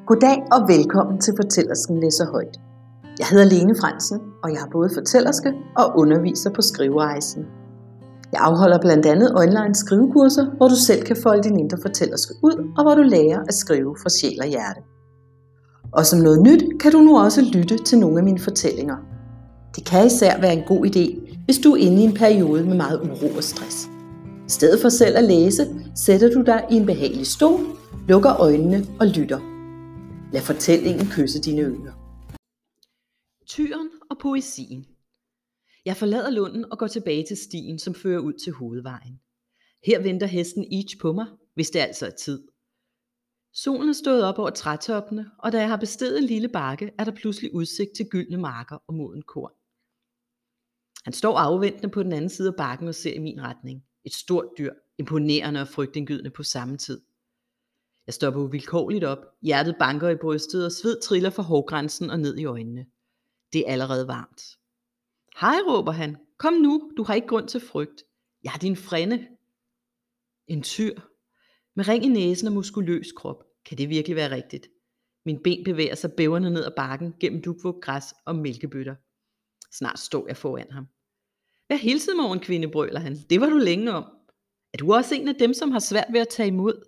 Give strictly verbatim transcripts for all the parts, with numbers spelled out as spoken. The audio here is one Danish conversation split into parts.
Goddag og velkommen til Fortællersken læser højt. Jeg hedder Lene Frandsen, og jeg er både fortællerske og underviser på Skriverejsen. Jeg afholder blandt andet online skrivekurser, hvor du selv kan folde din indre fortællerske ud, og hvor du lærer at skrive fra sjæl og hjerte. Og som noget nyt kan du nu også lytte til nogle af mine fortællinger. Det kan især være en god idé, hvis du er inde i en periode med meget uro og stress. I stedet for selv at læse, sætter du dig i en behagelig stol, lukker øjnene og lytter. Lad fortællingen kysse dine ører. Tyren og poesien. Jeg forlader lunden og går tilbage til stien, som fører ud til hovedvejen. Her venter hesten Each på mig, hvis det altså er tid. Solen er stået op over trætoppene, og da jeg har besteget en lille bakke, er der pludselig udsigt til gyldne marker og moden korn. Han står afventende på den anden side af bakken og ser i min retning. Et stort dyr, imponerende og frygtindgydende på samme tid. Jeg stopper uvilkårligt op, hjertet banker i brystet og sved triller fra hårgrænsen og ned i øjnene. Det er allerede varmt. Hej, råber han. Kom nu, du har ikke grund til frygt. Jeg er din frænde. En tyr. Med ring i næsen og muskuløs krop. Kan det virkelig være rigtigt? Min ben bevæger sig bævende ned ad bakken gennem dugvågt græs og mælkebøtter. Snart står jeg foran ham. Hvad hilsede morgen, kvinde, brøler han. Det var du længe om. Er du også en af dem, som har svært ved at tage imod?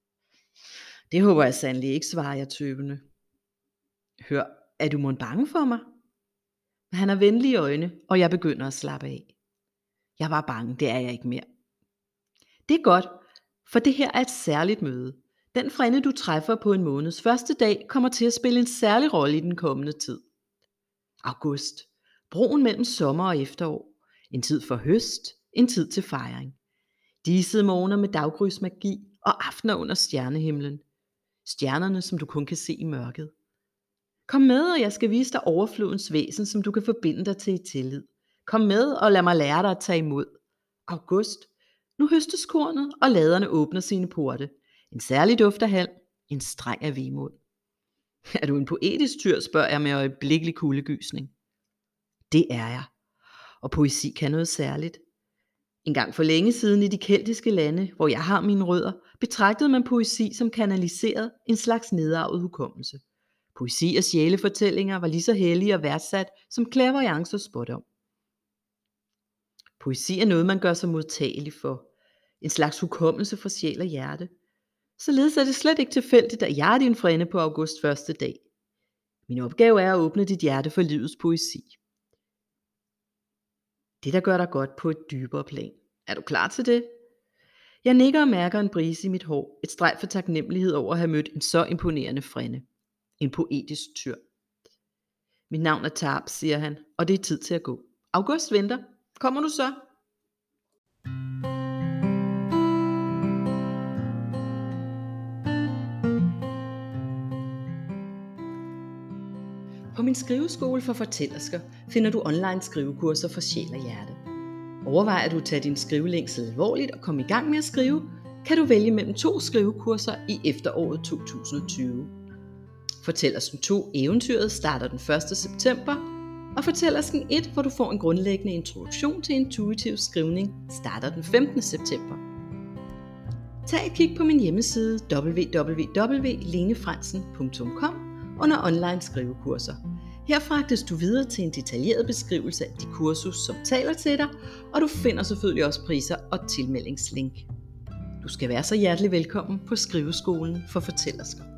Det håber jeg sandelig ikke, svarer jeg tøvende. Hør, er du mon bange for mig? Han har venlige øjne, og jeg begynder at slappe af. Jeg var bange, det er jeg ikke mere. Det er godt, for det her er et særligt møde. Den frænde, du træffer på en måneds første dag, kommer til at spille en særlig rolle i den kommende tid. August. Broen mellem sommer og efterår. En tid for høst, en tid til fejring. Disse morgener med daggrydsmagi og aftener under stjernehimlen. Stjernerne, som du kun kan se i mørket. Kom med, og jeg skal vise dig overflodens væsen, som du kan forbinde dig til i tillid. Kom med, og lad mig lære dig at tage imod. August. Nu høstes kornet, og laderne åbner sine porte. En særlig duft af halm, en streng af vemod. Er du en poetisk tyr, spørger jeg med øjeblikkelig kuldegysning. Det er jeg. Og poesi kan noget særligt. En gang for længe siden i de keltiske lande, hvor jeg har mine rødder, betragtede man poesi som kanaliseret, en slags nedarvet hukommelse. Poesi og sjælefortællinger var lige så hellige og værdsat som clairvoyance og spådom. Poesi er noget, man gør sig modtagelig for. En slags hukommelse for sjæl og hjerte. Således er det slet ikke tilfældigt, at jeg er din frænde på august første dag. Min opgave er at åbne dit hjerte for livets poesi. Det, der gør dig godt på et dybere plan. Er du klar til det? Jeg nikker og mærker en brise i mit hår. Et strejf for taknemmelighed over at have mødt en så imponerende frænde. En poetisk tyr. Mit navn er Tarp, siger han, og det er tid til at gå. August venter. Kommer du så? På min skriveskole for fortællersker finder du online skrivekurser for sjæl og hjerte. Overvejer du at tage din skrivelængsel alvorligt og komme i gang med at skrive, kan du vælge mellem to skrivekurser i efteråret to tusind og tyve. Fortællersken to Eventyret starter den første september, og Fortællersken et, hvor du får en grundlæggende introduktion til intuitiv skrivning, starter den femtende september. Tag et kig på min hjemmeside w w w punktum lenefrandsen punktum com under online skrivekurser. Her fragtes du videre til en detaljeret beskrivelse af de kursus, som taler til dig, og du finder selvfølgelig også priser og tilmeldingslink. Du skal være så hjertelig velkommen på Skriveskolen for Fortællersker.